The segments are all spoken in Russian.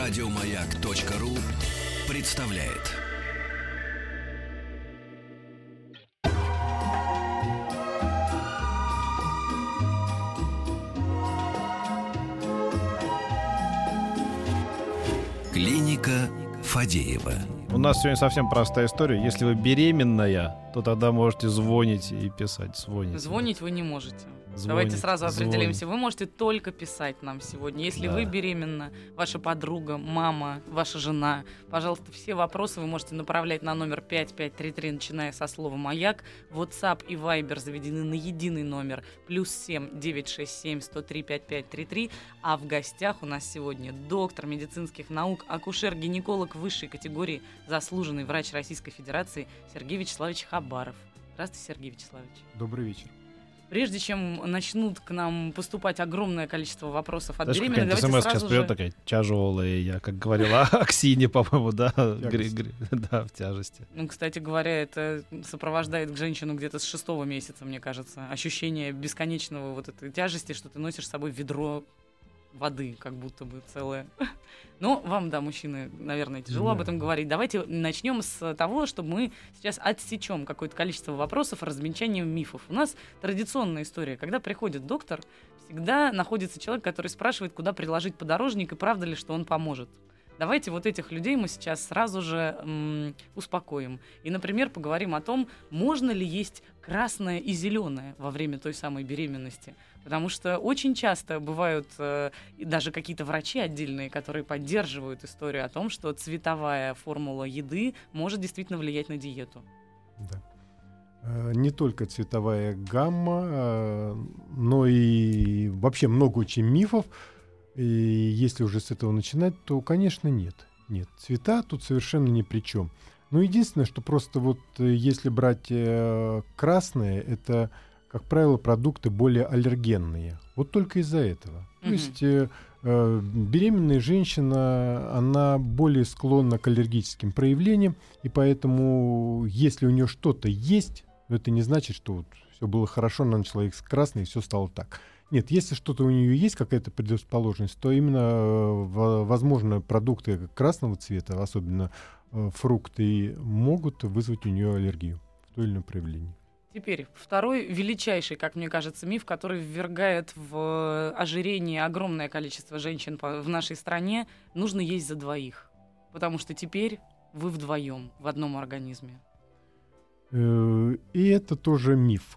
Радиомаяк.ру представляет. Клиника Фадеева. У нас сегодня совсем простая история. Если вы беременная, то тогда можете звонить и писать. Звонить вы не можете. Давайте сразу определимся. Вы можете только писать нам сегодня. Если вы беременна, ваша подруга, мама, ваша жена, пожалуйста, все вопросы вы можете направлять на номер 5533, начиная со слова «Маяк». WhatsApp и Viber заведены на единый номер +7 967 103 5533. А в гостях у нас сегодня доктор медицинских наук, акушер-гинеколог высшей категории, заслуженный врач Российской Федерации Сергей Вячеславович Хабаров. Здравствуйте, Сергей Вячеславович. Добрый вечер. Прежде чем начнут к нам поступать огромное количество вопросов от беременных, давайте давайте сразу сейчас придет такая тяжелая, я как говорила Аксине, по-моему, да, в тяжести. Ну, кстати говоря, это сопровождает женщину где-то с 6-го месяца, мне кажется. Ощущение бесконечного вот этой тяжести, что ты носишь с собой ведро воды, как будто бы целое. Но вам, да, мужчины, наверное, тяжело об этом говорить. Давайте начнем с того, чтобы мы сейчас отсечем какое-то количество вопросов развенчанием мифов. У нас традиционная история. Когда приходит доктор, всегда находится человек, который спрашивает, куда приложить подорожник и правда ли, что он поможет. Давайте вот этих людей мы сейчас сразу же успокоим. И, например, поговорим о том, можно ли есть красное и зеленое во время той самой беременности. Потому что очень часто бывают даже какие-то врачи отдельные, которые поддерживают историю о том, что цветовая формула еды может действительно влиять на диету. Да. Не только цветовая гамма, но и вообще много очень мифов. И если уже с этого начинать, то, конечно, нет. Нет, цвета тут совершенно ни при чем. Но единственное, что просто вот если брать красное, это, как правило, продукты более аллергенные. Вот только из-за этого. То есть беременная женщина, она более склонна к аллергическим проявлениям, и поэтому, если у нее что-то есть, это не значит, что вот все было хорошо, она начала есть красное, и все стало так. Нет, если что-то у нее есть, какая-то предрасположенность, то именно, возможно, продукты красного цвета, особенно фрукты, могут вызвать у нее аллергию в той или ином проявлении. Теперь второй величайший, как мне кажется, миф, который ввергает в ожирение огромное количество женщин в нашей стране: нужно есть за двоих, потому что теперь вы вдвоем в одном организме. И это тоже миф.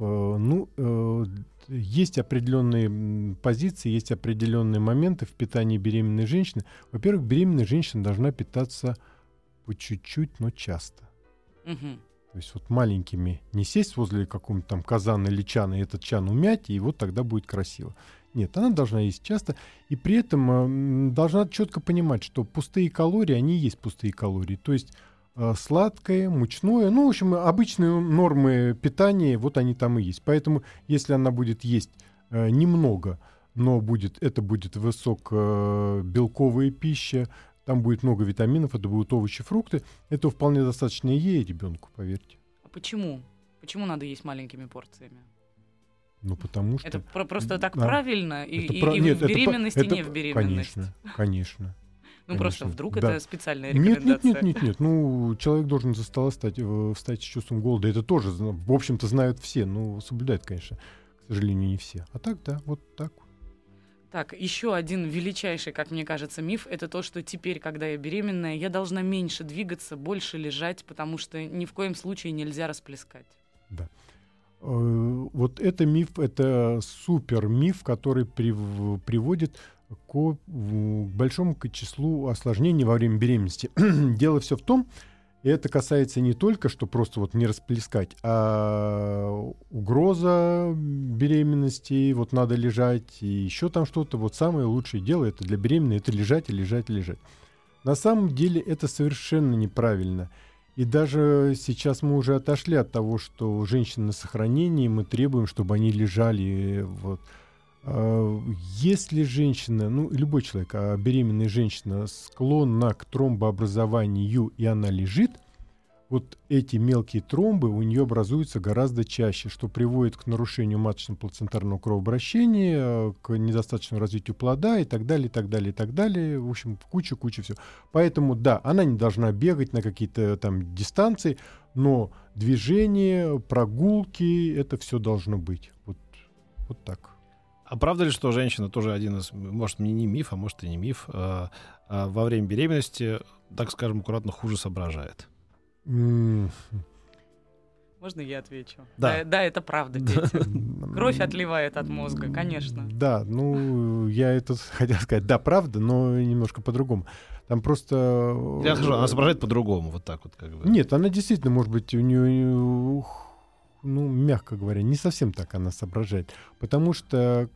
Есть определенные позиции, есть определенные моменты в питании беременной женщины. Во-первых, беременная женщина должна питаться по чуть-чуть, но часто. То есть вот маленькими не сесть возле какого-нибудь там казана или чана, и этот чан умять, и вот тогда будет красиво. Нет, она должна есть часто, и при этом должна четко понимать, что пустые калории, они и есть пустые калории. То есть сладкое, мучное, в общем, обычные нормы питания, вот они там и есть. Поэтому, если она будет есть немного, но это будет высокобелковая пища, там будет много витаминов, это будут овощи, фрукты, этого вполне достаточно и ей, и ребенку, поверьте. А почему? Почему надо есть маленькими порциями? Потому что... Это просто так правильно? И Нет, в беременности, не в беременности? Конечно. Просто вдруг это специальная рекомендация. Нет. Человек должен за стола встать с чувством голода. Это тоже, в общем-то, знают все. Соблюдают, конечно, к сожалению, не все. А так, да, вот так. Так, еще один величайший, как мне кажется, миф — это то, что теперь, когда я беременная, я должна меньше двигаться, больше лежать, потому что ни в коем случае нельзя расплескать. Да. Вот это миф, это супер миф, который приводит к большому числу осложнений во время беременности. Дело все в том, и это касается не только, что просто вот не расплескать, а угроза беременности, вот надо лежать, и еще там что-то. Вот самое лучшее дело это для беременной — это лежать и лежать и лежать. На самом деле это совершенно неправильно. И даже сейчас мы уже отошли от того, что женщины на сохранении, мы требуем, чтобы они лежали. Вот. Если женщина, любой человек, беременная женщина склонна к тромбообразованию, и она лежит, вот эти мелкие тромбы у нее образуются гораздо чаще, что приводит к нарушению маточно-плацентарного кровообращения, к недостаточному развитию плода и так далее, и так далее, и так далее. В общем, куча всего. Поэтому, да, она не должна бегать на какие-то там дистанции, но движение, прогулки, это все должно быть. Вот так. А правда ли, что женщина тоже один из, может, не миф, а может и не миф, во время беременности, так скажем, аккуратно хуже соображает? Можно я отвечу? Да. Да, это правда, Петя. Кровь отливает от мозга, конечно. Да, ну, я это хотел сказать, да, правда, но немножко по-другому. Там просто... Я скажу, она соображает по-другому, вот так вот как бы. Нет, она действительно, может быть, у нее, ну, мягко говоря, не совсем так она соображает, потому что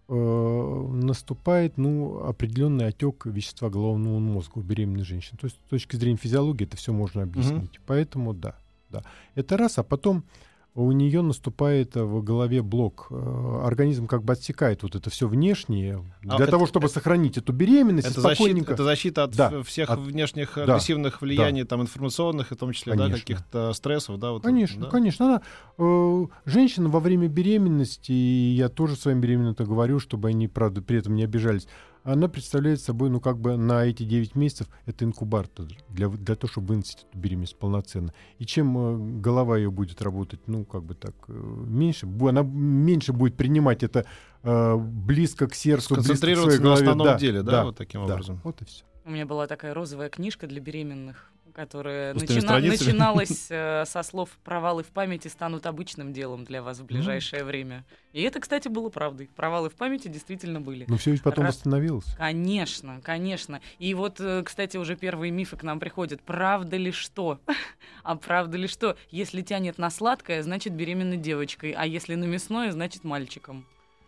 наступает, ну, определенный отек вещества головного мозга у беременной женщины. То есть с точки зрения физиологии это все можно объяснить. Поэтому да. Это раз, а потом у нее наступает в голове блок. Организм как бы отсекает вот это все внешнее для того, чтобы сохранить эту беременность. Это спокойненько. защита от всех внешних агрессивных влияний, там, информационных, в том числе, да, каких-то стрессов. Да, вот конечно, да? конечно. Женщина во время беременности, и я тоже своим беременным это говорю, чтобы они, правда, при этом не обижались, она представляет собой, ну, как бы на эти 9 месяцев это инкубатор для того, чтобы выносить эту беременность полноценно. И чем голова ее будет работать, ну, как бы так, меньше, она меньше будет принимать это близко к сердцу, близко к своей голове. Сконцентрироваться на основном деле, да, вот таким образом. Вот и все. У меня была такая розовая книжка для беременных, которая Пустыми страницами? начиналась со слов «провалы в памяти станут обычным делом для вас в ближайшее время». И это, кстати, было правдой. Провалы в памяти действительно были. Но все ведь потом восстановилось. Конечно, конечно. И вот, кстати, уже первые мифы к нам приходят. Правда ли что? А правда ли что? Если тянет на сладкое, значит беременной девочкой, а если на мясное, значит мальчиком.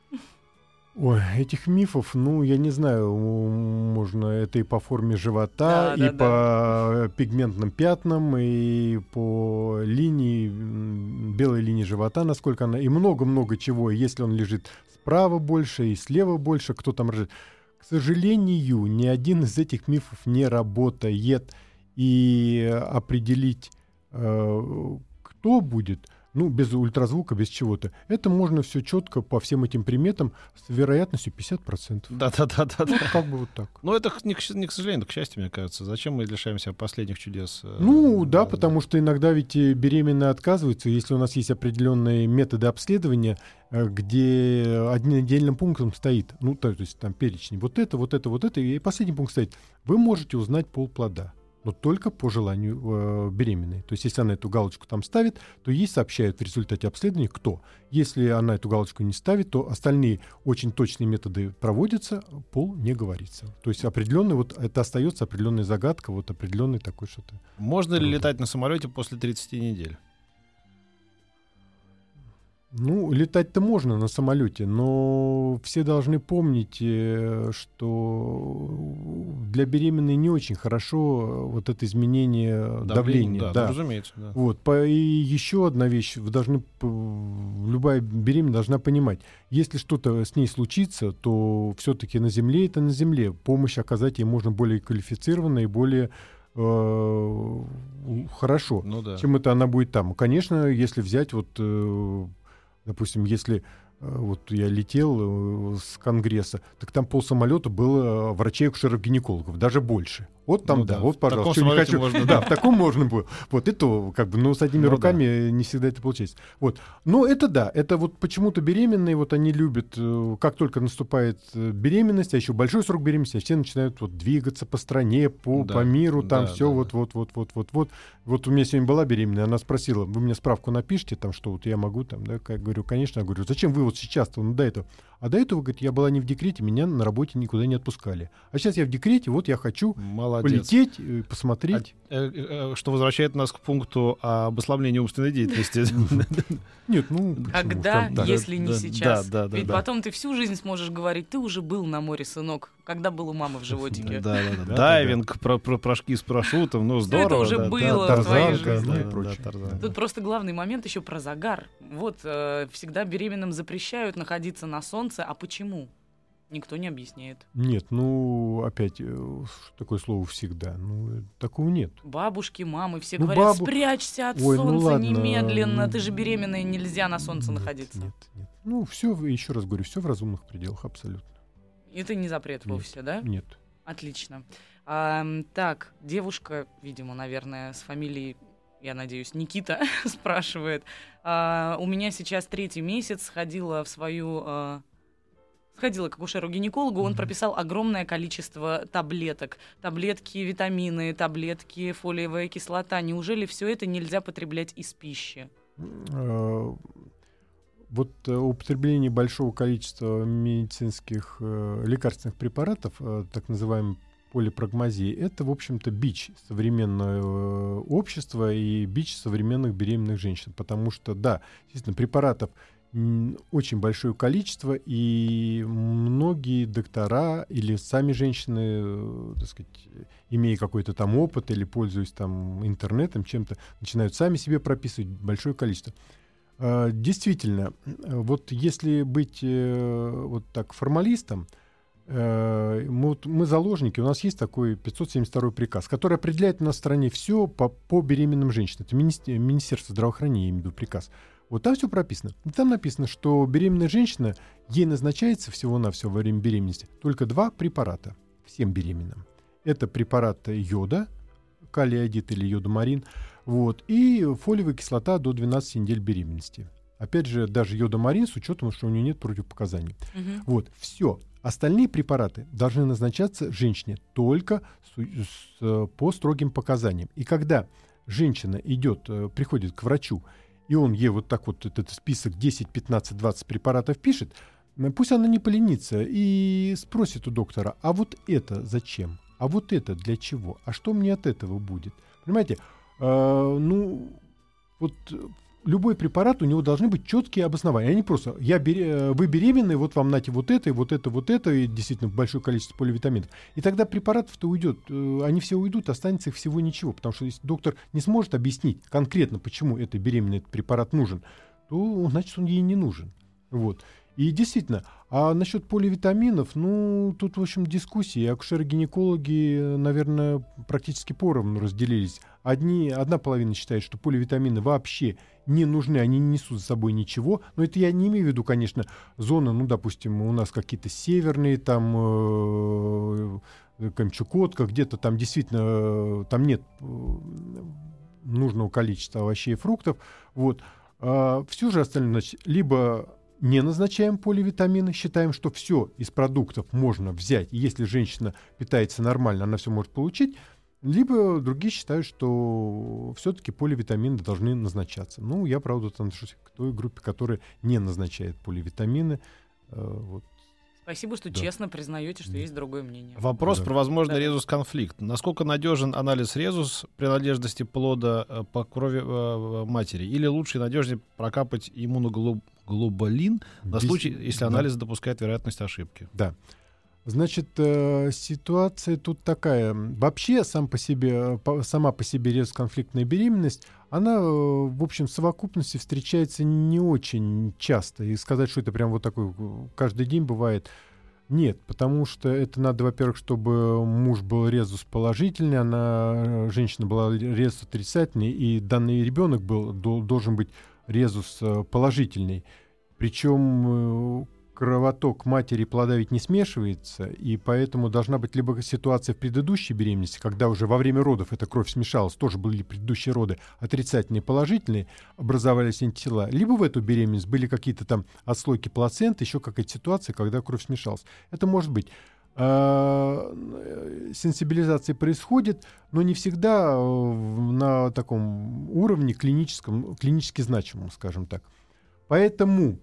Ой, этих мифов, ну, я не знаю, можно это и по форме живота, по пигментным пятнам, и по линии, белой линии живота, насколько она, и много-много чего. Если он лежит справа больше и слева больше, кто там рожает. К сожалению, ни один из этих мифов не работает, и определить, кто будет, ну, без ультразвука, без чего-то. Это можно все четко по всем этим приметам с вероятностью 50%. Да. Ну, как бы вот так. Ну, это не к сожалению, это к счастью, мне кажется. Зачем мы лишаемся последних чудес? Ну, да, потому что иногда ведь беременные отказываются, если у нас есть определенные методы обследования, где отдельным пунктом стоит, ну, то есть там перечень, вот это, и последний пункт стоит. Вы можете узнать пол плода, но только по желанию беременной. То есть если она эту галочку там ставит, то ей сообщают в результате обследования кто. Если она эту галочку не ставит, то остальные очень точные методы проводятся, пол не говорится. То есть определенный, вот это остается определенная загадка, вот определенный такой что-то. Можно ли летать на самолете после 30 недель? Ну, летать-то можно на самолете, но все должны помнить, что для беременной не очень хорошо вот это изменение давления. Да, разумеется. Да. Вот, и еще одна вещь, любая беременная должна понимать, если что-то с ней случится, то все-таки на земле это на земле. Помощь оказать ей можно более квалифицированно и более хорошо, чем это она будет там. Конечно, если взять допустим, если вот я летел с Конгресса, так там полсамолета было врачей-акушеров-гинекологов, даже больше. Вот там, вот, пожалуйста, что не хочу. В таком можно было. Вот, и то, как бы, с одними руками не всегда это получается. Вот. Но это да, это вот почему-то беременные, вот они любят, как только наступает беременность, а еще большой срок беременности, все начинают вот двигаться по стране, по миру, там все вот. Вот у меня сегодня была беременная, она спросила, вы мне справку напишите, там, что вот я могу, там, да, я говорю, конечно, я говорю, зачем вы вот сейчас-то, до этого? А до этого, говорит, я была не в декрете, меня на работе никуда не отпускали. А сейчас я в декрете, вот я хочу полететь, посмотреть. Что возвращает нас к пункту об ослаблении умственной деятельности. Нет, когда, если не сейчас? Ведь потом ты всю жизнь сможешь говорить, ты уже был на море, сынок, когда был у мамы в животике. Дайвинг, прыжки с парашютом, ну здорово. Это уже было в твоей жизни. И прочее. Тут просто главный момент еще про загар. Вот, всегда беременным запрещают находиться на солнце. А почему? Никто не объясняет. Нет, ну, опять, такое слово «всегда». Ну, такого нет. Бабушки, мамы, все Ну, говорят, спрячься от Ой, ну солнца ладно, немедленно, ну, ты же беременная, нельзя на солнце Нет, находиться. Нет. Ну, все, еще раз говорю, все в разумных пределах, абсолютно. Это не запрет вовсе, да? Нет. Отлично. Так, девушка, видимо, наверное, с фамилией, я надеюсь, Никита, спрашивает. У меня сейчас 3-й месяц, сходила к акушеру-гинекологу, он прописал огромное количество таблеток. Таблетки, витамины, таблетки, фолиевая кислота. Неужели все это нельзя потреблять из пищи? Вот употребление большого количества медицинских лекарственных препаратов, так называемой полипрагмазии, это, в общем-то, бич современного общества и бич современных беременных женщин. Потому что, да, естественно, препаратов очень большое количество, и многие доктора или сами женщины, так сказать, имея какой-то там опыт или пользуясь там интернетом, чем-то, начинают сами себе прописывать большое количество. Действительно, вот если быть вот так формалистом, мы заложники, у нас есть такой 572 приказ, который определяет у нас в стране все по беременным женщинам. Это Министерство здравоохранения, я имею в виду приказ. Вот там все прописано. И там написано, что беременная женщина, ей назначается всего-навсего во время беременности только 2 препарата всем беременным. Это препарат йода, калий-айодид или йодомарин, вот, и фолиевая кислота до 12 недель беременности. Опять же, даже йодомарин с учетом, что у нее нет противопоказаний. Вот, все. Остальные препараты должны назначаться женщине только по строгим показаниям. И когда женщина приходит к врачу, и он ей вот так вот этот список 10, 15, 20 препаратов пишет, пусть она не поленится и спросит у доктора, а вот это зачем? А вот это для чего? А что мне от этого будет? Понимаете, вот любой препарат, у него должны быть четкие обоснования. А не просто, вы беременны, вот вам нате вот это, и действительно большое количество поливитаминов. И тогда препаратов-то уйдет, они все уйдут, останется их всего ничего. Потому что если доктор не сможет объяснить конкретно, почему это беременный препарат нужен, то значит он ей не нужен. Вот. И действительно, а насчет поливитаминов, тут, в общем, дискуссии. Акушеры-гинекологи, наверное, практически поровну разделились. Одна половина считает, что поливитамины вообще не нужны, они не несут за собой ничего. Но это я не имею в виду, конечно, зоны, допустим, у нас какие-то северные, там, Чукотка, где-то там действительно там нет нужного количества овощей и фруктов. Вот. Все же остальное, значит, либо не назначаем поливитамины, считаем, что все из продуктов можно взять, и если женщина питается нормально, она все может получить, либо другие считают, что все-таки поливитамины должны назначаться. Я, правда, отношусь к той группе, которая не назначает поливитамины. Вот. Спасибо, что честно признаете, что есть другое мнение. Вопрос про возможный резус-конфликт. Насколько надежен анализ резус при надежности плода по крови матери? Или лучше и надежнее прокапать иммуноглобулин на случай, если анализ допускает вероятность ошибки? Да. Значит, ситуация тут такая. Вообще, сама по себе резус-конфликтная беременность, она, в общем, в совокупности встречается не очень часто. И сказать, что это прям вот такой каждый день бывает, нет. Потому что это надо, во-первых, чтобы муж был резус положительный, женщина была резус отрицательный, и данный ребенок должен быть резус положительный. Причем кровоток матери и плода ведь не смешивается, и поэтому должна быть либо ситуация в предыдущей беременности, когда уже во время родов эта кровь смешалась, тоже были предыдущие роды отрицательные и положительные, образовались антитела, либо в эту беременность были какие-то там отслойки плаценты, еще какая-то ситуация, когда кровь смешалась. Это может быть. Сенсибилизация происходит, но не всегда на таком уровне клинически значимом, скажем так. Поэтому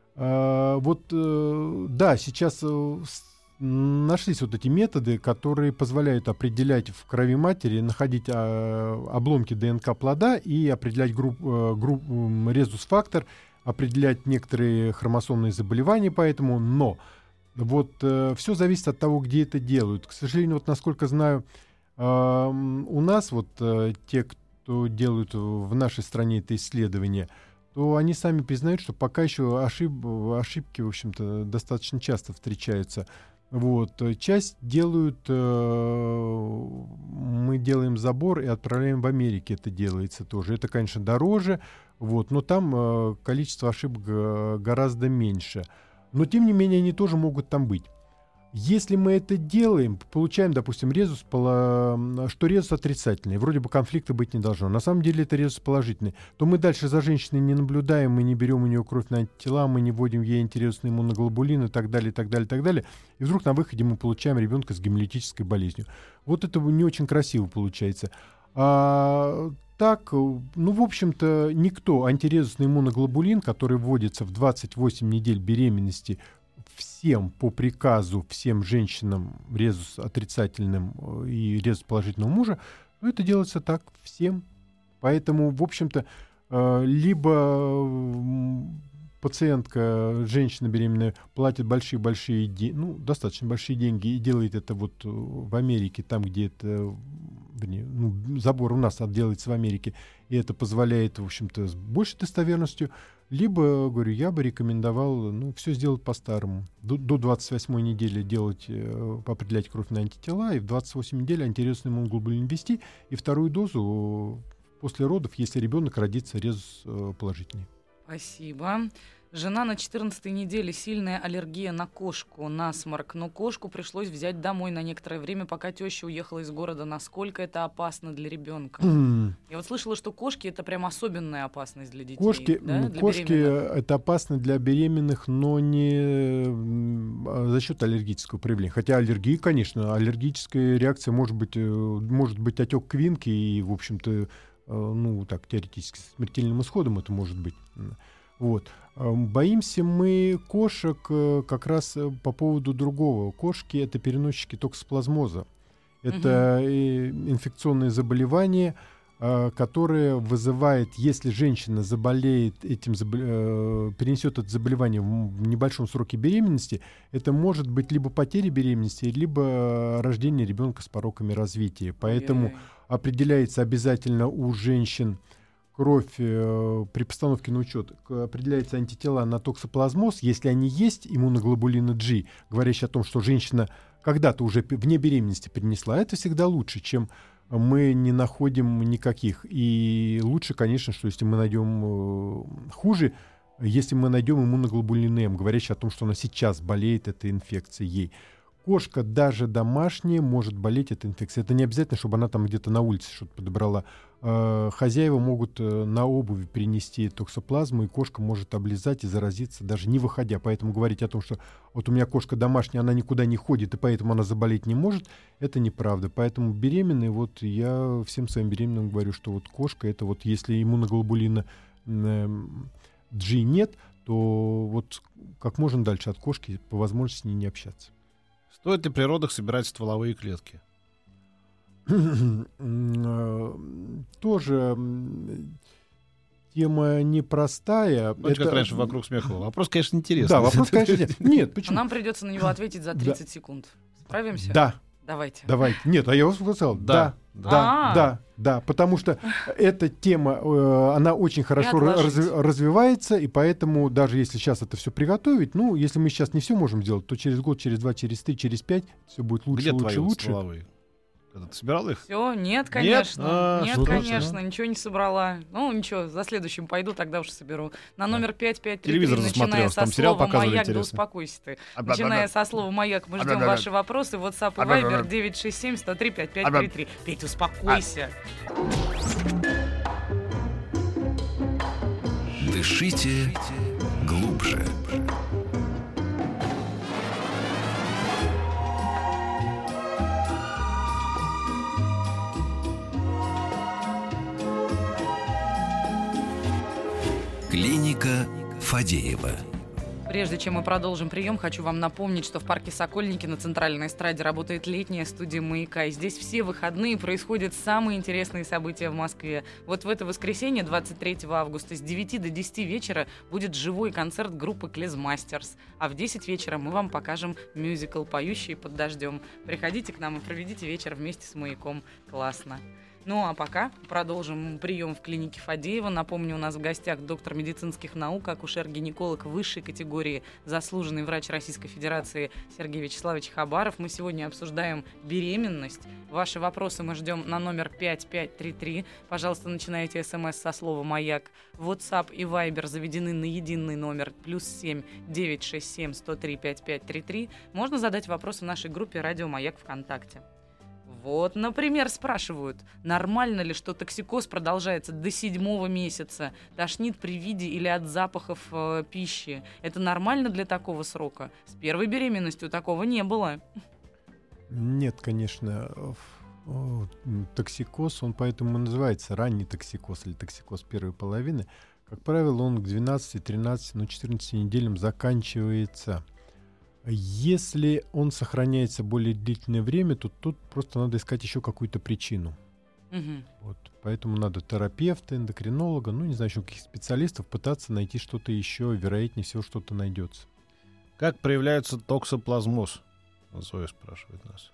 сейчас нашлись вот эти методы, которые позволяют определять в крови матери, находить обломки ДНК плода и определять резус-фактор, определять некоторые хромосомные заболевания, поэтому, но все зависит от того, где это делают. К сожалению, насколько знаю, у нас те, кто делают в нашей стране это исследование, то они сами признают, что пока еще ошибки, в общем-то, достаточно часто встречаются. Вот. Часть делают, мы делаем забор и отправляем в Америке, это делается тоже. Это, конечно, дороже, вот, но там количество ошибок гораздо меньше. Но, тем не менее, они тоже могут там быть. Если мы это делаем, получаем, допустим, резус, что резус отрицательный, вроде бы конфликта быть не должно. На самом деле это резус положительный. То мы дальше за женщиной не наблюдаем, мы не берем у нее кровь на антитела, мы не вводим ей антирезусный иммуноглобулин и так далее, и так далее, и так далее. И вдруг на выходе мы получаем ребенка с гемолитической болезнью. Вот это не очень красиво получается. Так, в общем-то, никто антирезусный иммуноглобулин, который вводится в 28 недель беременности, всем по приказу, всем женщинам резус отрицательным и резус положительного мужа, это делается так всем. Поэтому, в общем-то, либо пациентка, женщина беременная, платит большие-большие деньги, достаточно большие деньги и делает это вот в Америке, там, где это, забор у нас делается в Америке, и это позволяет, в общем-то, с большей достоверностью. Либо, говорю, я бы рекомендовал все сделать по-старому. До 28 недели делать, определять кровь на антитела, и в 28 недель антирезусный иммуноглобулин ввести, и вторую дозу после родов, если ребенок родится резус положительный. Спасибо. Жена на 14-й неделе, сильная аллергия на кошку, насморк. Но кошку пришлось взять домой на некоторое время, пока теща уехала из города. Насколько это опасно для ребенка? Я вот слышала, что кошки — это прям особенная опасность для детей. Кошки это опасно для беременных, но не за счет аллергического проявления. Хотя аллергия, конечно, аллергическая реакция может быть отек квинки и, в общем-то, теоретически с смертельным исходом это может быть. Вот. Боимся мы кошек как раз по поводу другого. Кошки — это переносчики токсоплазмоза. Это инфекционные заболевания, которое вызывает, если женщина заболеет перенесет это заболевание в небольшом сроке беременности, это может быть либо потеря беременности, либо рождение ребенка с пороками развития. Поэтому определяется обязательно у женщин кровь при постановке на учет, определяются антитела на токсоплазмоз, если они есть, иммуноглобулины G, говорящие о том, что женщина когда-то уже вне беременности перенесла, это всегда лучше, чем мы не находим никаких. И лучше, конечно, что если мы найдем хуже, если мы найдем иммуноглобулин М, говорящий о том, что она сейчас болеет этой инфекцией. Кошка, даже домашняя, может болеть этой инфекцией. Это не обязательно, чтобы она там где-то на улице что-то подобрала. Хозяева могут на обуви перенести токсоплазму, и кошка может облизать и заразиться, даже не выходя. Поэтому говорить о том, что вот у меня кошка домашняя, она никуда не ходит, и поэтому она заболеть не может, это неправда. Поэтому беременные, я всем своим беременным говорю, что вот кошка, это вот если иммуноглобулина G нет, то вот как можно дальше от кошки, по возможности с ней не общаться. Стоит ли при родах собирать стволовые клетки? Тоже тема непростая. Помните, как раньше вокруг смеха был? Вопрос, конечно, интересный. Да, вопрос, конечно, нет. Почему? Нам придется на него ответить за 30 секунд. Справимся? Да. Давайте. Нет, я вас сказал. Да, потому что эта тема, она очень хорошо развивается, и поэтому даже если сейчас это все приготовить, если мы сейчас не все можем сделать, то через год, через 2, через 3, через 5 все будет лучше, лучше. Стволовые? Когда ты собирал их? Все, нет, конечно. Нет, конечно, точно. Ничего не собрала. Ничего, за следующим пойду, тогда уж соберу. На номер 5533, Телевизор начиная со там сериал слова показывали, «Маяк», да интересно. успокойся ты. Начиная со слова «Маяк», мы ждем ваши вопросы. WhatsApp и Viber 967-103-5533. Петь, успокойся. Дышите глубже. Клиника Фадеева. Прежде чем мы продолжим прием, хочу вам напомнить, что в парке Сокольники на Центральной эстраде работает летняя студия «Маяка». И здесь все выходные происходят самые интересные события в Москве. Вот в это воскресенье, 23 августа, с 9 до 10 вечера будет живой концерт группы «Клезмастерс». А в 10 вечера мы вам покажем мюзикл «Поющие под дождем». Приходите к нам и проведите вечер вместе с «Маяком». Классно. Ну а пока продолжим прием в клинике Фадеева. Напомню, у нас в гостях доктор медицинских наук, акушер-гинеколог высшей категории, заслуженный врач Российской Федерации Сергей Вячеславович Хабаров. Мы сегодня обсуждаем беременность. Ваши вопросы мы ждем на номер 5533. Пожалуйста, начинайте смс со слова «Маяк». WhatsApp и Viber заведены на единый номер +7 967 103 5533. Можно задать вопросы в нашей группе «Радио Маяк» ВКонтакте. Вот, например, спрашивают, нормально ли, что токсикоз продолжается до 7-го месяца, тошнит при виде или от запахов пищи. Это нормально для такого срока? С первой беременностью такого не было. Нет, конечно. Токсикоз, он поэтому называется ранний токсикоз или токсикоз первой половины. Как правило, он к 12, 13, 14 неделям заканчивается. Если он сохраняется более длительное время, то тут просто надо искать еще какую-то причину. Вот. Поэтому надо терапевта, эндокринолога, ну, не знаю, еще каких специалистов, пытаться найти что-то еще, вероятнее всего, что-то найдется. Как проявляется токсоплазмоз? Зоя спрашивает нас.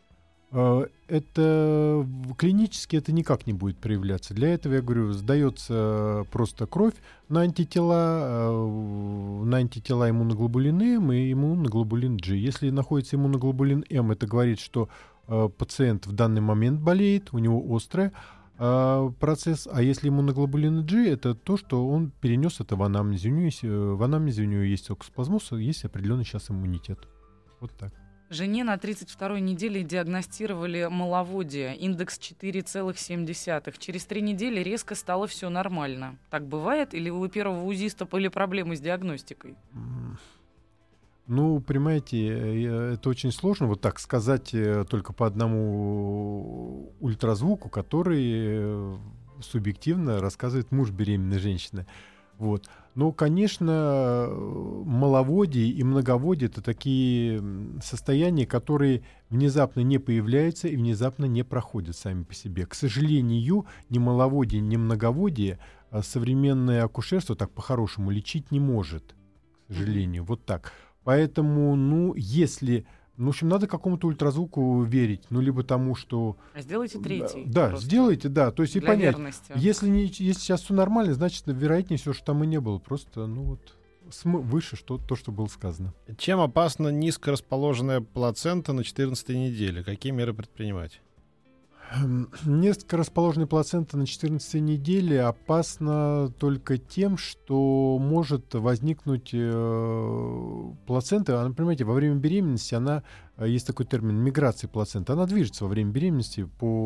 Это клинически это никак не будет проявляться. Для этого, я говорю, сдается просто кровь на антитела иммуноглобулин М и иммуноглобулин G. Если находится иммуноглобулин М, это говорит, что пациент в данный момент болеет, у него острый процесс, а если иммуноглобулин G, это то, что он перенес это в анамнезе. В анамнезе у него есть токсоплазмоз, есть определенный сейчас иммунитет. Вот так. Жене на 32-й неделе диагностировали маловодие, индекс 4,7. Через 3 недели резко стало все нормально. Так бывает? Или у первого УЗИста были проблемы с диагностикой? Ну, понимаете, это очень сложно вот так сказать только по одному ультразвуку, который субъективно рассказывает муж беременной женщины. Вот. Но, конечно, маловодие и многоводие — это такие состояния, которые внезапно не появляются и внезапно не проходят сами по себе. К сожалению, ни маловодие, ни многоводие современное акушерство так по-хорошему лечить не может. К сожалению, вот так. Поэтому, ну, если... Ну, в общем, надо какому-то ультразвуку верить, ну, либо тому, что... А сделайте третий. Да, сделайте, да. То есть и понять, верности. если сейчас все нормально, значит, вероятнее всего, что там и не было. Просто, ну, вот, выше то, что было сказано. Чем опасна низко расположенная плацента на 14-й неделе? Какие меры предпринимать? Низко расположенная плацента на 14-й неделе опасна только тем, что может возникнуть плацента. Она, понимаете, во время беременности есть такой термин миграция плаценты. Она движется во время беременности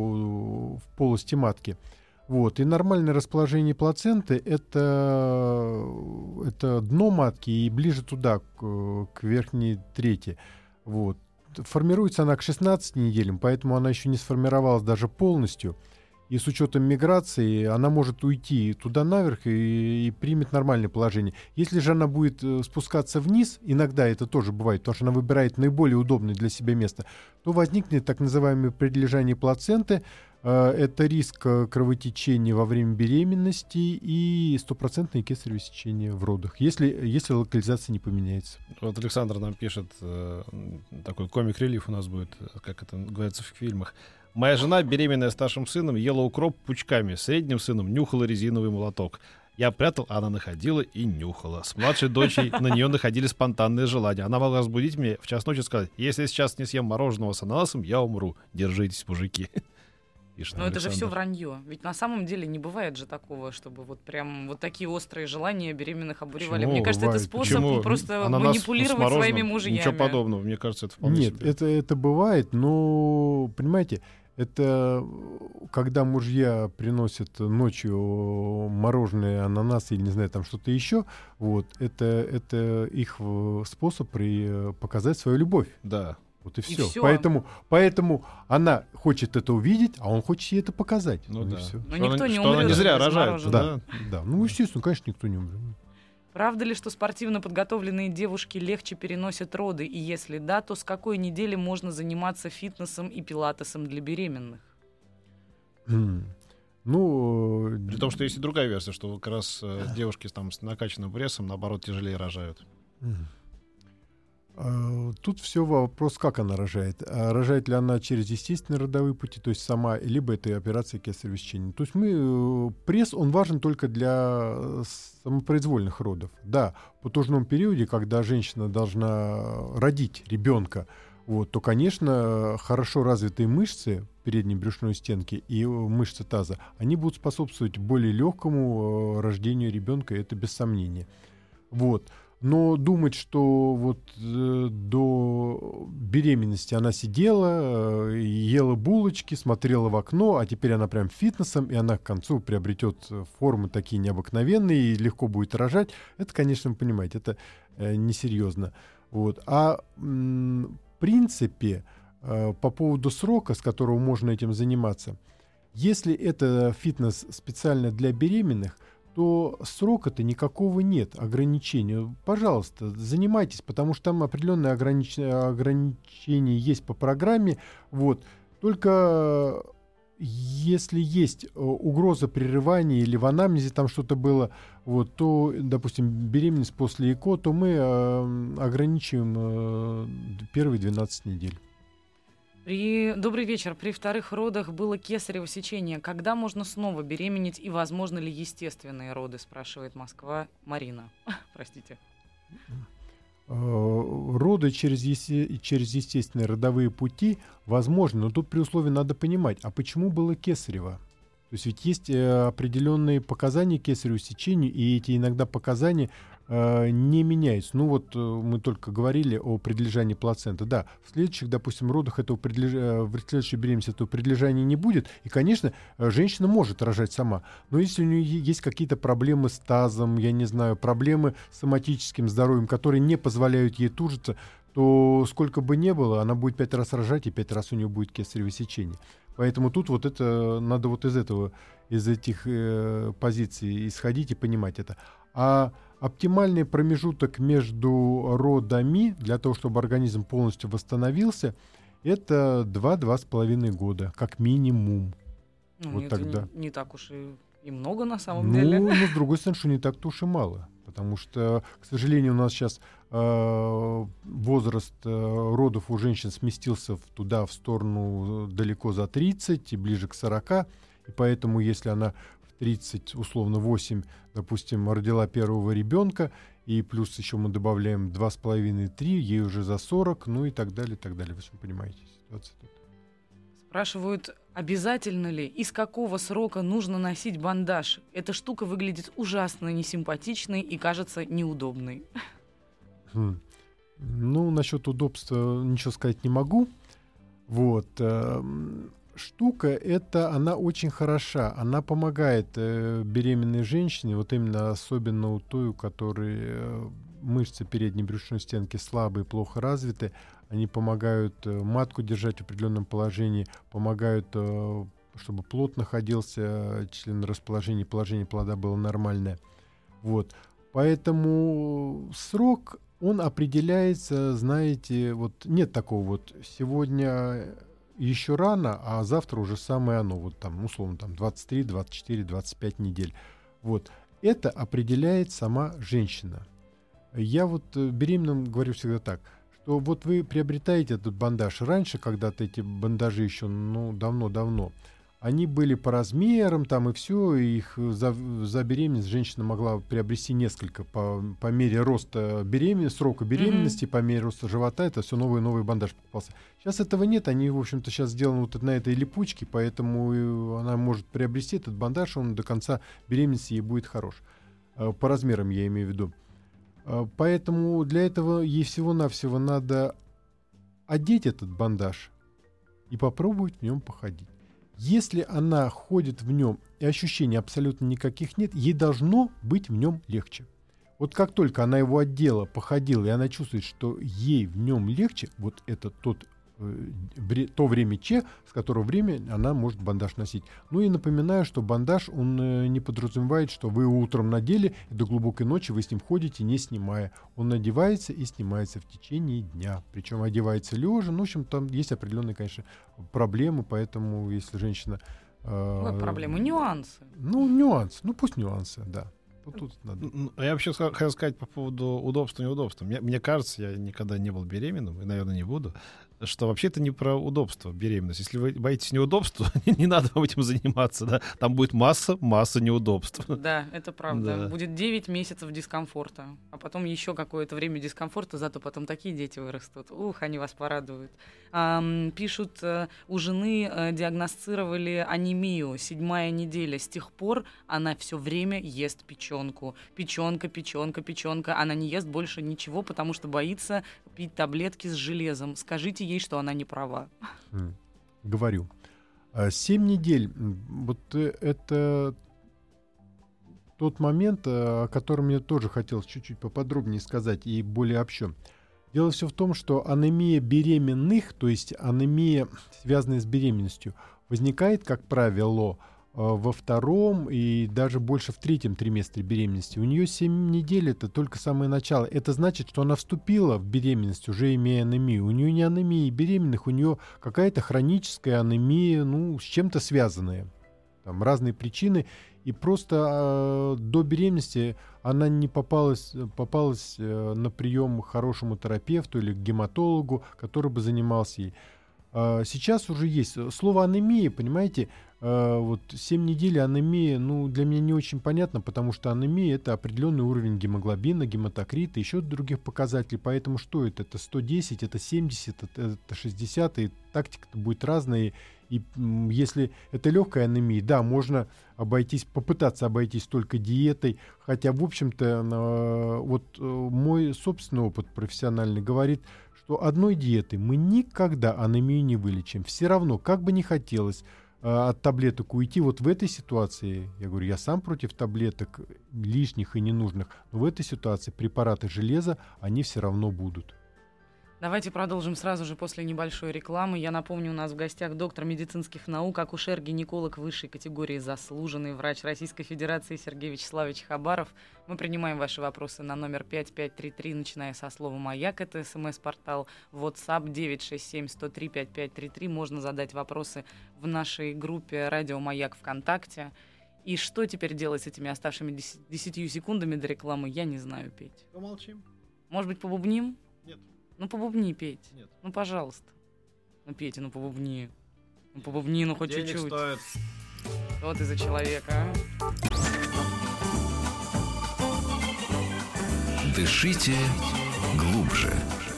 в полости матки. Вот. И нормальное расположение плаценты — это дно матки и ближе туда, к верхней трети. Вот. Формируется она к 16 неделям, поэтому она еще не сформировалась даже полностью. И с учетом миграции она может уйти туда наверх и примет нормальное положение. Если же она будет спускаться вниз, иногда это тоже бывает, потому что она выбирает наиболее удобное для себя место, то возникнет так называемое прилежание плаценты. Это риск кровотечения во время беременности и стопроцентное кесарево сечение в родах, если локализация не поменяется. Вот Александр нам пишет, такой комик-релиф у нас будет, как это говорится в фильмах. Моя жена, беременная старшим сыном, ела укроп пучками, средним сыном нюхала резиновый молоток. Я прятал, а она находила и нюхала. С младшей дочей на нее находили спонтанные желания. Она могла разбудить меня в час ночи и сказать: если я сейчас не съем мороженого с ананасом, я умру. Держитесь, мужики. Но это же все вранье. Ведь на самом деле не бывает же такого, чтобы вот прям вот такие острые желания беременных обуревали. Почему? Мне кажется, Бывает. это способ Почему? просто Ананас манипулировать с своими мужьями. Ничего подобного. Мне кажется, это вполне Нет, себе. это бывает, но, понимаете, это когда мужья приносят ночью мороженое, ананасы или, не знаю, там что-то еще, вот, это их способ показать свою любовь. Да. Вот и все. Поэтому она хочет это увидеть, а он хочет ей это показать. Ну да. Все. Но никто не что она умрет не зря без рожает. мороженого. Да. Ну, естественно, конечно, никто не умрет. Правда ли, что спортивно подготовленные девушки легче переносят роды? И если да, то с какой недели можно заниматься фитнесом и пилатесом для беременных? Ну, При том, что есть и другая версия, что как раз девушки там с накачанным прессом, наоборот, тяжелее рожают. Тут все вопрос, как она рожает. Рожает ли она через естественные родовые пути, то есть сама, либо это операция кесарево сечения. То есть пресс, он важен только для самопроизвольных родов. Да, в потужном периоде, когда женщина должна родить ребенка, то, конечно, хорошо развитые мышцы передней брюшной стенки и мышцы таза, они будут способствовать более легкому рождению ребенка, это без сомнения. Но думать, что до беременности она сидела, ела булочки, смотрела в окно, а теперь она прям фитнесом, и она к концу приобретет формы такие необыкновенные и легко будет рожать, это, конечно, вы понимаете, это несерьезно. В принципе, по поводу срока, с которого можно этим заниматься, если это фитнес специально для беременных, то срока-то никакого нет, ограничения. Пожалуйста, занимайтесь, потому что там определенные ограничения есть по программе. Только если есть угроза прерывания или в анамнезе там что-то было, то, допустим, беременность после ЭКО, то мы ограничиваем первые 12 недель. Добрый вечер. При вторых родах было кесарево сечение. Когда можно снова беременеть и возможно ли естественные роды, спрашивает Москва Марина. Простите. Роды через естественные родовые пути возможны, но тут при условии надо понимать, а почему было кесарево? То есть ведь есть определенные показания к кесареву сечению, и эти иногда показания не меняются. Мы только говорили о предлежании плаценты. Да, в следующих, допустим, родах в следующей беременности этого предлежания не будет. И, конечно, женщина может рожать сама. Но если у нее есть какие-то проблемы с тазом, я не знаю, проблемы с соматическим здоровьем, которые не позволяют ей тужиться, то сколько бы ни было, она будет 5 раз рожать, и 5 раз у нее будет кесарево сечение. Поэтому тут это надо из этих позиций исходить и понимать это. А оптимальный промежуток между родами для того, чтобы организм полностью восстановился, это 2-2,5 года, как минимум. Тогда. Не так уж и много на самом деле. Но с другой стороны, что не так-то уж и мало. Потому что, к сожалению, у нас сейчас возраст родов у женщин сместился в сторону далеко за 30 и ближе к 40. И поэтому, если она в 30, условно 8, допустим, родила первого ребенка, и плюс еще мы добавляем 2,5-3, ей уже за 40, и так далее, и так далее. Вы все понимаете ситуацию тут. Спрашивают, обязательно ли и с какого срока нужно носить бандаж? Эта штука выглядит ужасно несимпатичной и кажется неудобной. Насчет удобства ничего сказать не могу. Штука эта, она очень хороша. Она помогает беременной женщине, именно особенно у той, у которой мышцы передней брюшной стенки слабые, плохо развиты. Они помогают матку держать в определенном положении, помогают, чтобы плод находился, членорасположение, положение плода было нормальное. Поэтому срок, он определяется, знаете, нет такого сегодня еще рано, а завтра уже самое оно, условно, 23, 24, 25 недель. Это определяет сама женщина. Я беременным говорю всегда так, что вы приобретаете этот бандаж. Раньше, когда-то эти бандажи еще, давно-давно, они были по размерам, и все, их за беременность женщина могла приобрести несколько по мере роста срока беременности, по мере роста живота, это все новый и новый бандаж покупался. Сейчас этого нет, они, в общем-то, сейчас сделаны на этой липучке, поэтому она может приобрести этот бандаж, он до конца беременности ей будет хорош. По размерам я имею в виду. Поэтому для этого ей всего-навсего надо одеть этот бандаж и попробовать в нем походить. Если она ходит в нем и ощущений абсолютно никаких нет, ей должно быть в нем легче. Как только она его одела, походила, и она чувствует, что ей в нем легче, это то время с которого она может бандаж носить. И напоминаю, что бандаж, он не подразумевает, что вы утром надели, и до глубокой ночи вы с ним ходите, не снимая. Он надевается и снимается в течение дня. Причем одевается лежа. В общем, там есть определенные, конечно, проблемы, поэтому если женщина... Проблемы, нюансы. Нюансы. Пусть нюансы, да. Вот тут надо. Я вообще хотел сказать по поводу удобства и неудобства. Мне кажется, я никогда не был беременным, и, наверное, не буду, что вообще это не про удобство, беременность. Если вы боитесь неудобства, не надо вам этим заниматься. Да? Там будет масса неудобств. Да, это правда. Да. Будет 9 месяцев дискомфорта, а потом еще какое-то время дискомфорта, зато потом такие дети вырастут. Ух, они вас порадуют. Пишут, у жены диагностировали анемию, 7-я неделя. С тех пор она все время ест печенку. Печенка. Она не ест больше ничего, потому что боится пить таблетки с железом. Скажите ей, что она не права. Говорю. 7 недель. Вот это тот момент, о котором мне тоже хотелось чуть-чуть поподробнее сказать и более общо. Дело все в том, что анемия беременных, то есть анемия, связанная с беременностью, возникает, как правило, во 2-м и даже больше в 3-м триместре беременности. У нее 7 недель — это только самое начало. Это значит, что она вступила в беременность, уже имея анемию. У нее не анемия беременных, у нее какая-то хроническая анемия, с чем-то связанная. Там разные причины. И просто до беременности она не попалась на прием к хорошему терапевту или к гематологу, который бы занимался ей. Сейчас уже есть. Слово анемия, понимаете, вот 7 недель анемия, для меня не очень понятно, потому что анемия — это определенный уровень гемоглобина, гематокрита, еще других показателей. Поэтому что это? Это 110, это 70, это 60, и тактика-то будет разная. И если это легкая анемия, да, можно попытаться обойтись только диетой, хотя, в общем-то, вот мой собственный опыт профессиональный говорит, что одной диетой мы никогда анемию не вылечим. Все равно, как бы ни хотелось от таблеток уйти, вот в этой ситуации, я говорю, я сам против таблеток лишних и ненужных, но в этой ситуации препараты железа, они все равно будут. Давайте продолжим сразу же после небольшой рекламы. Я напомню, у нас в гостях доктор медицинских наук, акушер-гинеколог высшей категории, заслуженный врач Российской Федерации Сергей Вячеславович Хабаров. Мы принимаем ваши вопросы на номер 5533, начиная со слова «Маяк». Это СМС-портал, WhatsApp 967-103-5533. Можно задать вопросы в нашей группе «Радио Маяк» ВКонтакте. И что теперь делать с этими оставшими 10 секундами до рекламы, я не знаю, Петь. Помолчим. Может быть, побубним? Нет. Побубни, Петь. Нет. Пожалуйста. Петя, побубни. Побубни, хоть Денег чуть-чуть. стоит. Что ты за человек, а? Дышите глубже.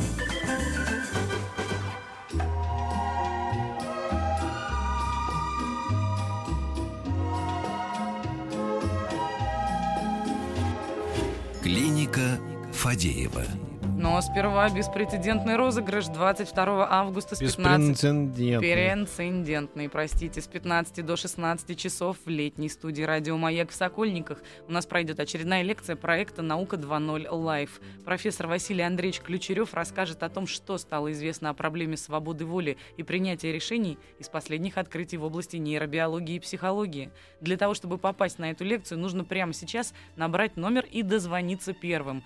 Клиника Фадеева. Но сперва беспрецедентный розыгрыш 22 августа с 15... Беспрецедентный, простите, с 15 до 16 часов в летней студии «Радио Маяк» в Сокольниках. У нас пройдет очередная лекция проекта «Наука 2.0 Лайф». Профессор Василий Андреевич Ключерев расскажет о том, что стало известно о проблеме свободы воли и принятия решений из последних открытий в области нейробиологии и психологии. Для того, чтобы попасть на эту лекцию, нужно прямо сейчас набрать номер и дозвониться первым.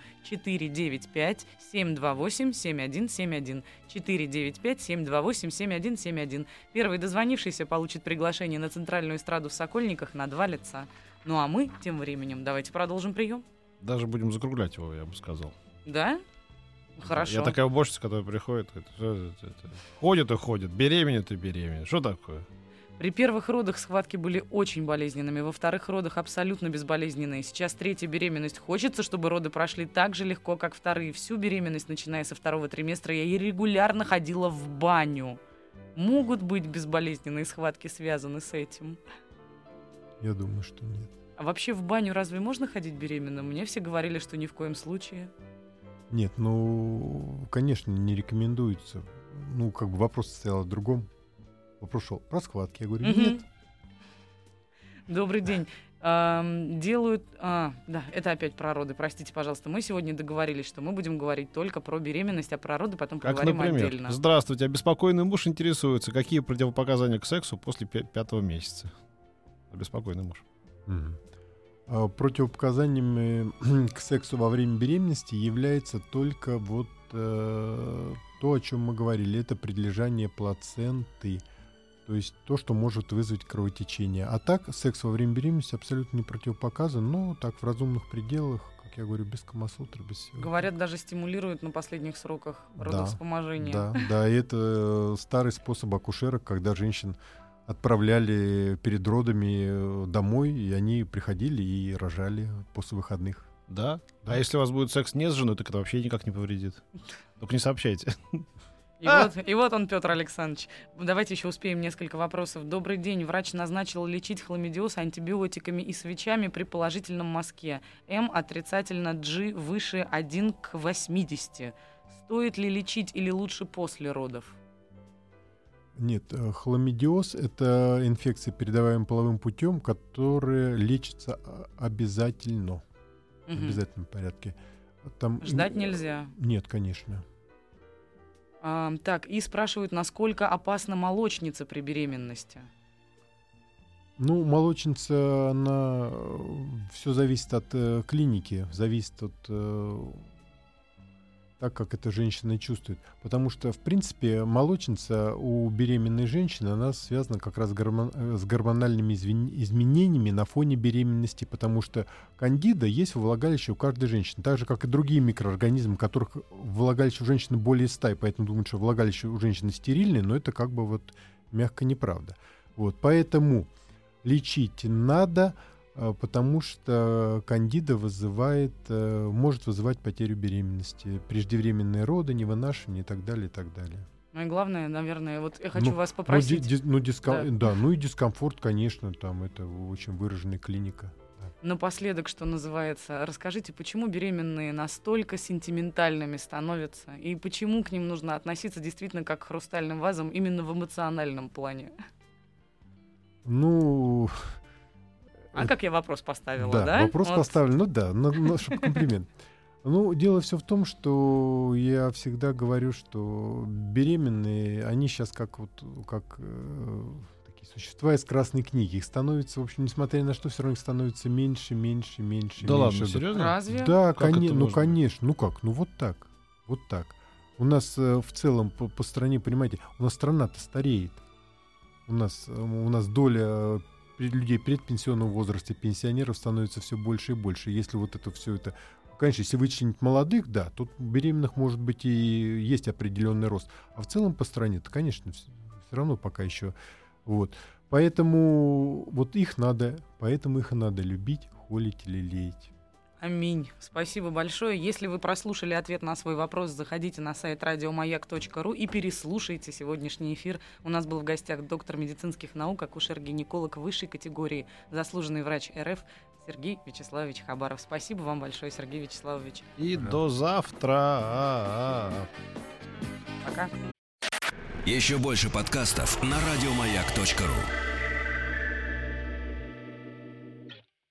495-728-7171. 495-728-7171. Первый дозвонившийся получит приглашение на центральную эстраду в Сокольниках на 2 лица. Ну а мы, тем временем, давайте продолжим прием. Даже будем закруглять его, я бы сказал. Да? Хорошо. Я такая уборщица, которая приходит, ходит и ходит, беременеет и беременеет. Что такое? При первых родах схватки были очень болезненными, во вторых родах абсолютно безболезненные. Сейчас 3-я беременность. Хочется, чтобы роды прошли так же легко, как вторые. Всю беременность, начиная со 2-го триместра, я регулярно ходила в баню. Могут быть безболезненные схватки, связаны с этим? Я думаю, что нет. А вообще в баню разве можно ходить беременным? Мне все говорили, что ни в коем случае. Нет, конечно, не рекомендуется. Вопрос стоял о другом. Вопрос шел про схватки. Я говорю, нет. Добрый день. Делают... да, это опять про роды. Простите, пожалуйста. Мы сегодня договорились, что мы будем говорить только про беременность, а про роды потом поговорим например, отдельно. Здравствуйте. Обеспокоенный муж интересуется, какие противопоказания к сексу после 5-го месяца. Обеспокоенный муж. Противопоказаниями к сексу во время беременности является только то, о чем мы говорили. Это прилежание плаценты. То То есть то, что может вызвать кровотечение. А так, секс во время беременности абсолютно не противопоказан, но так в разумных пределах, как я говорю, без камасутры, без всего. Говорят, даже стимулируют на последних сроках родовспоможения. Да, и это старый способ акушерок, когда женщин отправляли перед родами домой, и они приходили и рожали после выходных. Да? Да. А если у вас будет секс не с женой, так это вообще никак не повредит. Только не сообщайте. И вот он, Петр Александрович. Давайте еще успеем несколько вопросов. Добрый день. Врач назначил лечить хламидиоз антибиотиками и свечами при положительном мазке. М отрицательно, G выше 1 к 80. Стоит ли лечить или лучше после родов? Нет, хламидиоз — это инфекция, передаваемая половым путем, которая лечится обязательно. В обязательном порядке. Там... Ждать нельзя. Нет, конечно. Так, и спрашивают, насколько опасна молочница при беременности? Ну, молочница, она... Все зависит от клиники, зависит от... так, как эта женщина чувствует. Потому что, в принципе, молочница у беременной женщины, она связана как раз с гормональными изменениями на фоне беременности, потому что кандида есть во влагалище у каждой женщины, так же, как и другие микроорганизмы, которых влагалище у женщины более 100, и поэтому думают, что влагалище у женщины стерильное, но это как бы вот мягко неправда. Вот, поэтому лечить надо, потому что кандида может вызывать потерю беременности, преждевременные роды, невынашивание и так далее, и так далее. Ну и главное, наверное, вот я хочу вас попросить. И дискомфорт, конечно, там это очень выраженная клиника. Да. Напоследок, что называется, расскажите, почему беременные настолько сентиментальными становятся, и почему к ним нужно относиться действительно как к хрустальным вазам именно в эмоциональном плане? Ну... как я вопрос поставила, да? Вопрос поставлен, чтобы комплимент. Ну, дело все в том, что я всегда говорю, что беременные, они сейчас как такие существа из Красной книги. Их становится, в общем, несмотря на что, все равно их становится меньше. Да ладно, серьезно? Разве? Да, конечно. Конечно. Ну как? Ну вот так. У нас в целом по стране, понимаете, у нас страна-то стареет. У нас доля людей предпенсионного возраста, пенсионеров становится все больше и больше. Если вот это все это... Конечно, если вычленить молодых, да, тут беременных, может быть, и есть определенный рост. А в целом по стране-то, конечно, все равно пока еще... Вот. Поэтому их и надо любить, холить, лелеять. Аминь. Спасибо большое. Если вы прослушали ответ на свой вопрос, заходите на сайт радиомаяк.ру и переслушайте сегодняшний эфир. У нас был в гостях доктор медицинских наук, акушер-гинеколог высшей категории, заслуженный врач РФ Сергей Вячеславович Хабаров. Спасибо вам большое, Сергей Вячеславович. И до завтра. Пока. Еще больше подкастов на радиомаяк.ру.